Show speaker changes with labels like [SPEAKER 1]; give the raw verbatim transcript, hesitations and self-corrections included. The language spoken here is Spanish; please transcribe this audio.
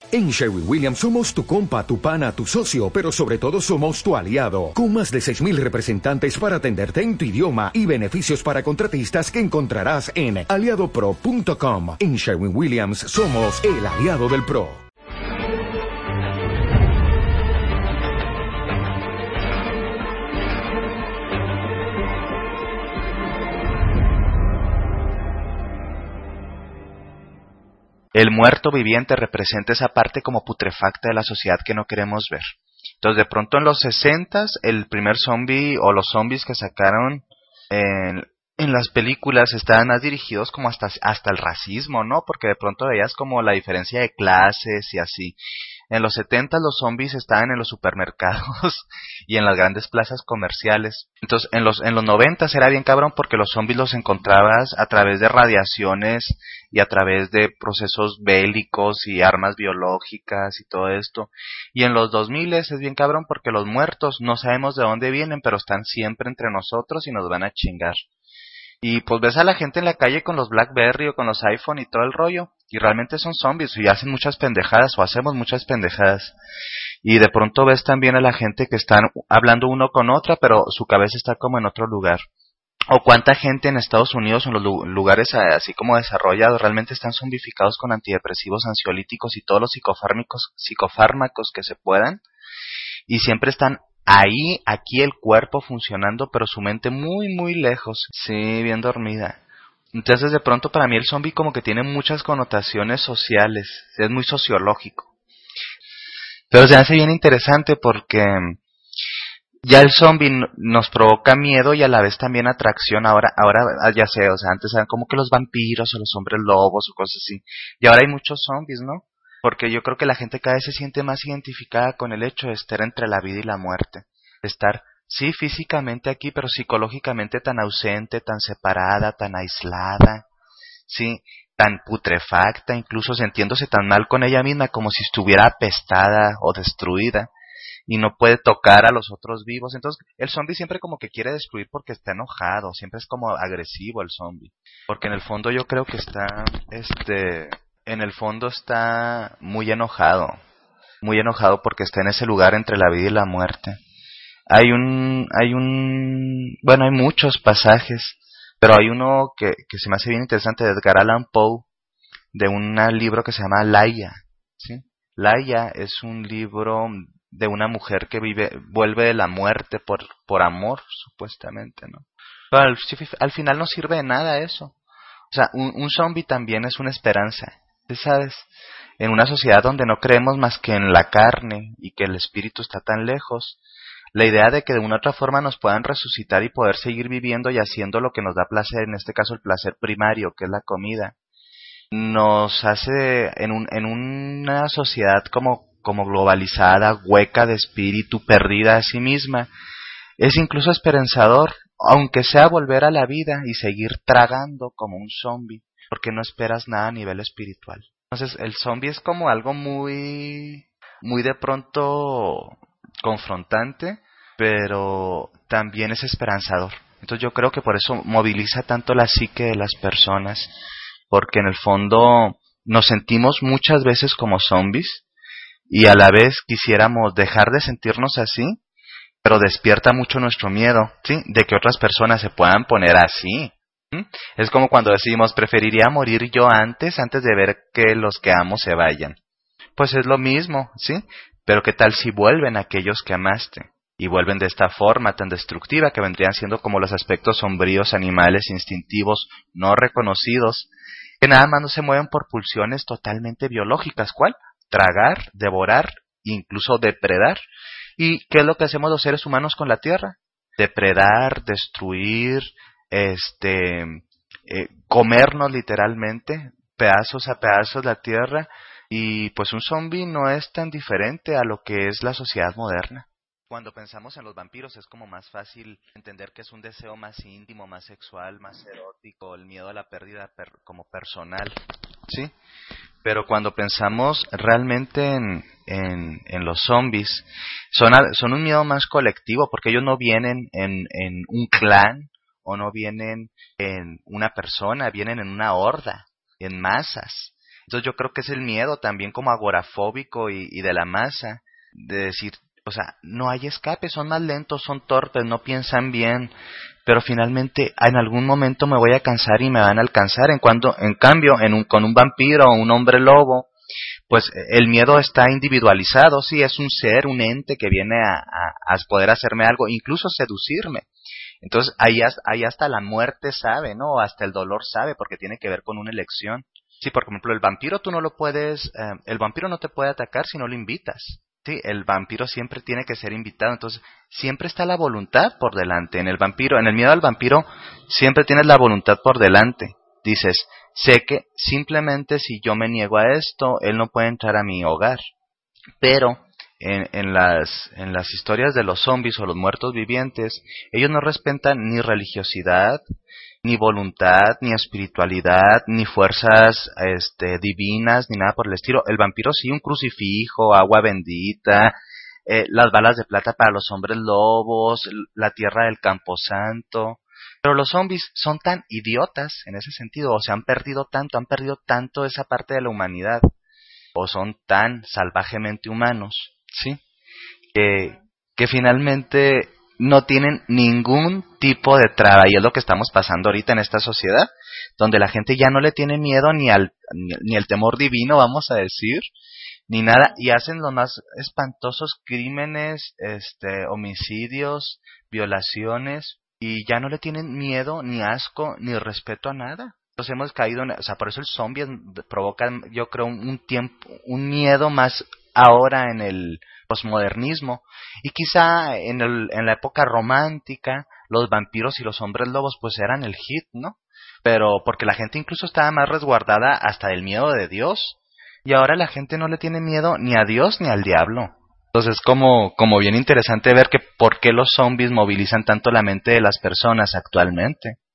[SPEAKER 1] En Sherwin-Williams somos tu compa, tu pana, tu socio, pero sobre todo somos tu aliado, con más de seis mil representantes para atenderte en tu idioma y beneficios para contratistas que encontrarás en aliado pro punto com. En Sherwin-Williams somos el aliado del pro.
[SPEAKER 2] El muerto viviente representa esa parte como putrefacta de la sociedad que no queremos ver. Entonces, de pronto en los sesentas, el primer zombie o los zombies que sacaron en, en las películas estaban más dirigidos como hasta, hasta el racismo, ¿no? Porque de pronto veías como la diferencia de clases y así. En los setenta los zombies estaban en los supermercados y en las grandes plazas comerciales. Entonces, en los en los noventas era bien cabrón porque los zombies los encontrabas a través de radiaciones y a través de procesos bélicos y armas biológicas y todo esto. Y en los dos mil es bien cabrón porque los muertos no sabemos de dónde vienen, pero están siempre entre nosotros y nos van a chingar. Y pues ves a la gente en la calle con los BlackBerry o con los iPhone y todo el rollo, y realmente son zombies y hacen muchas pendejadas o hacemos muchas pendejadas. Y de pronto ves también a la gente que están hablando uno con otra, pero su cabeza está como en otro lugar. O cuánta gente en Estados Unidos o en los lugares así como desarrollados realmente están zombificados con antidepresivos, ansiolíticos y todos los psicofármacos, psicofármacos que se puedan, y siempre están ahí, aquí el cuerpo funcionando, pero su mente muy, muy lejos. Sí, bien dormida. Entonces, de pronto, para mí el zombie como que tiene muchas connotaciones sociales. Es muy sociológico. Pero se hace bien interesante porque ya el zombie nos provoca miedo y a la vez también atracción. Ahora, ahora ya sé, o sea, antes eran como que los vampiros o los hombres lobos o cosas así. Y ahora hay muchos zombies, ¿no? Porque yo creo que la gente cada vez se siente más identificada con el hecho de estar entre la vida y la muerte. De estar, sí, físicamente aquí, pero psicológicamente tan ausente, tan separada, tan aislada, sí, tan putrefacta, incluso sintiéndose tan mal con ella misma como si estuviera apestada o destruida y no puede tocar a los otros vivos. Entonces, el zombie siempre como que quiere destruir porque está enojado, siempre es como agresivo el zombie. Porque en el fondo yo creo que está, este... en el fondo está muy enojado, muy enojado porque está en ese lugar entre la vida y la muerte. Hay un, hay un, bueno, hay muchos pasajes, pero hay uno que, que se me hace bien interesante de Edgar Allan Poe, de un libro que se llama Laia, ¿sí? Laia es un libro de una mujer que vive, vuelve de la muerte por, por amor, supuestamente, ¿no? Pero al, al final no sirve de nada eso. O sea, un, un zombie también es una esperanza. ¿Sabes? En una sociedad donde no creemos más que en la carne y que el espíritu está tan lejos, la idea de que de una u otra forma nos puedan resucitar y poder seguir viviendo y haciendo lo que nos da placer, en este caso el placer primario, que es la comida, nos hace en, un, en una sociedad como, como globalizada, hueca de espíritu, perdida a sí misma, es incluso esperanzador, aunque sea volver a la vida y seguir tragando como un zombie, porque no esperas nada a nivel espiritual. Entonces el zombie es como algo muy, muy de pronto confrontante, pero también es esperanzador. Entonces yo creo que por eso moviliza tanto la psique de las personas, porque en el fondo nos sentimos muchas veces como zombies y a la vez quisiéramos dejar de sentirnos así, pero despierta mucho nuestro miedo, ¿sí? De que otras personas se puedan poner así. ¿Mm? Es como cuando decimos, preferiría morir yo antes, antes de ver que los que amo se vayan. Pues es lo mismo, ¿sí? Pero ¿qué tal si vuelven aquellos que amaste? Y vuelven de esta forma tan destructiva que vendrían siendo como los aspectos sombríos, animales, instintivos, no reconocidos, que nada más no se mueven por pulsiones totalmente biológicas. ¿Cuál? Tragar, devorar, incluso depredar. ¿Y qué es lo que hacemos los seres humanos con la tierra? Depredar, destruir, este, eh, comernos literalmente, pedazos a pedazos la tierra, y pues un zombie no es tan diferente a lo que es la sociedad moderna. Cuando pensamos en los vampiros es como más fácil entender que es un deseo más íntimo, más sexual, más erótico, el miedo a la pérdida per- como personal, ¿sí? Pero cuando pensamos realmente en, en, en los zombies, son, a, son un miedo más colectivo, porque ellos no vienen en, en un clan, o no vienen en una persona, vienen en una horda, en masas. Entonces yo creo que es el miedo también como agorafóbico y, y de la masa, de decir, o sea, no hay escape, son más lentos, son torpes, no piensan bien, pero finalmente en algún momento me voy a cansar y me van a alcanzar. En cuando, en cambio, en un, con un vampiro o un hombre lobo, pues el miedo está individualizado, sí, es un ser, un ente que viene a, a, a poder hacerme algo, incluso seducirme. Entonces ahí, ahí hasta la muerte sabe, ¿no? Hasta el dolor sabe, porque tiene que ver con una elección. Sí, por ejemplo, el vampiro tú no lo puedes, eh, el vampiro no te puede atacar si no lo invitas. Sí, el vampiro siempre tiene que ser invitado, entonces siempre está la voluntad por delante. En el vampiro, en el miedo al vampiro, siempre tienes la voluntad por delante. Dices, sé que simplemente si yo me niego a esto, él no puede entrar a mi hogar. Pero en, en las en las historias de los zombies o los muertos vivientes, ellos no respetan ni religiosidad, ni voluntad, ni espiritualidad, ni fuerzas este, divinas, ni nada por el estilo. El vampiro sí, un crucifijo, agua bendita, eh, las balas de plata para los hombres lobos, la tierra del camposanto. Pero los zombies son tan idiotas en ese sentido, o se han perdido tanto, han perdido tanto esa parte de la humanidad, o son tan salvajemente humanos, ¿sí? Que, que finalmente no tienen ningún tipo de traba, y es lo que estamos pasando ahorita en esta sociedad, donde la gente ya no le tiene miedo ni al ni, ni el temor divino, vamos a decir, ni nada, y hacen los más espantosos crímenes, este, homicidios, violaciones, y ya no le tienen miedo, ni asco, ni respeto a nada. Entonces hemos caído en, o sea, por eso el zombie provoca, yo creo, un, un tiempo, un miedo más ahora en el posmodernismo, y quizá en, el, en la época romántica los vampiros y los hombres lobos pues eran el hit, ¿no? Pero porque la gente incluso estaba más resguardada hasta del miedo de Dios, y ahora la gente no le tiene miedo ni a Dios ni al diablo. Entonces como, como bien interesante ver que por qué los zombies movilizan tanto la mente de las personas actualmente.